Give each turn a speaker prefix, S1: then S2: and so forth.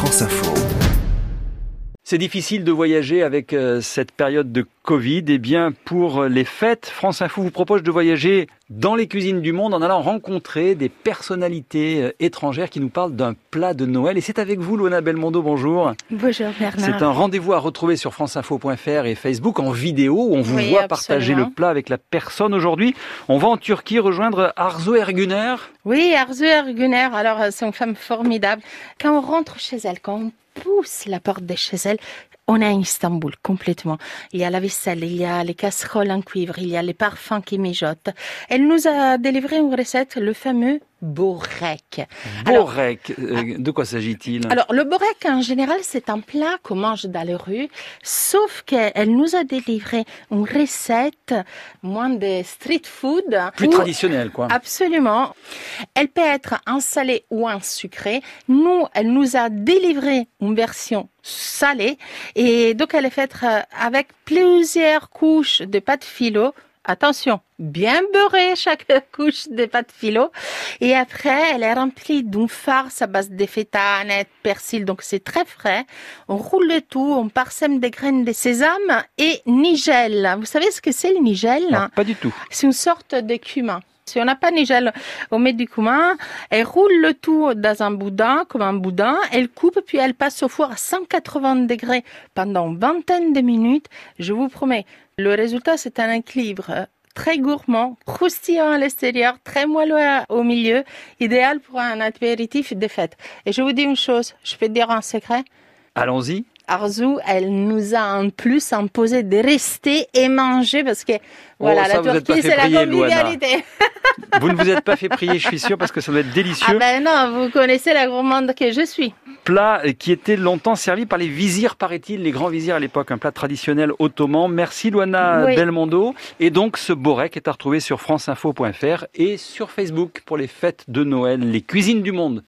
S1: France Info.
S2: C'est difficile de voyager avec cette période de Covid. Eh bien, pour les fêtes, France Info vous propose de voyager dans les cuisines du monde en allant rencontrer des personnalités étrangères qui nous parlent d'un plat de Noël. Et c'est avec vous, Luana Belmondo, bonjour.
S3: Bonjour Bernard.
S2: C'est un rendez-vous à retrouver sur franceinfo.fr et Facebook en vidéo où on vous voit partager le plat avec la personne. Aujourd'hui, on va en Turquie rejoindre Arzu Erguner.
S3: Oui, Arzu Erguner. Alors, c'est une femme formidable. Quand on rentre chez elle, quand on pousse la porte de chez elle, on est à Istanbul complètement. Il y a la vaisselle, il y a les casseroles en cuivre, il y a les parfums qui mijotent. Elle nous a délivré une recette, le fameux borek.
S2: Borek, de quoi s'agit-il?
S3: Alors, le borek, en général, c'est un plat qu'on mange dans les rues, sauf qu'elle nous a délivré une recette moins de street food.
S2: Plus traditionnelle, quoi.
S3: Absolument. Elle peut être en salé ou en sucré. Nous, elle nous a délivré une version salée. Et donc, elle est faite avec plusieurs couches de pâte philo. Attention, bien beurré chaque couche de pâte philo. Et après, elle est remplie d'une farce à base de feta, aneth, persil, donc c'est très frais. On roule le tout, on parsème des graines de sésame et nigel. Vous savez ce que c'est le nigel?
S2: Non, pas du tout.
S3: C'est une sorte de cumin. Si on n'a pas de nigel, on met du cumin. Elle roule le tout dans un boudin, comme un boudin. Elle coupe, puis elle passe au four à 180 degrés pendant une vingtaine de minutes. Je vous promets, le résultat, c'est un équilibre très gourmand, croustillant à l'extérieur, très moelleux au milieu, idéal pour un apéritif de fête. Et je vous dis une chose, je peux te dire un secret.
S2: Allons-y.
S3: Arzu, elle nous a en plus imposé de rester et manger parce que voilà,
S2: ça,
S3: la Turquie, c'est la convivialité.
S2: Vous ne vous êtes pas fait prier, je suis sûr, parce que ça doit être délicieux.
S3: Ah ben non, vous connaissez la gourmande que je suis.
S2: Plat qui était longtemps servi par les vizirs, paraît-il, les grands vizirs à l'époque, un plat traditionnel ottoman. Merci Luana Belmondo. Et donc ce borek est à retrouver sur franceinfo.fr et sur Facebook pour les fêtes de Noël, les cuisines du monde.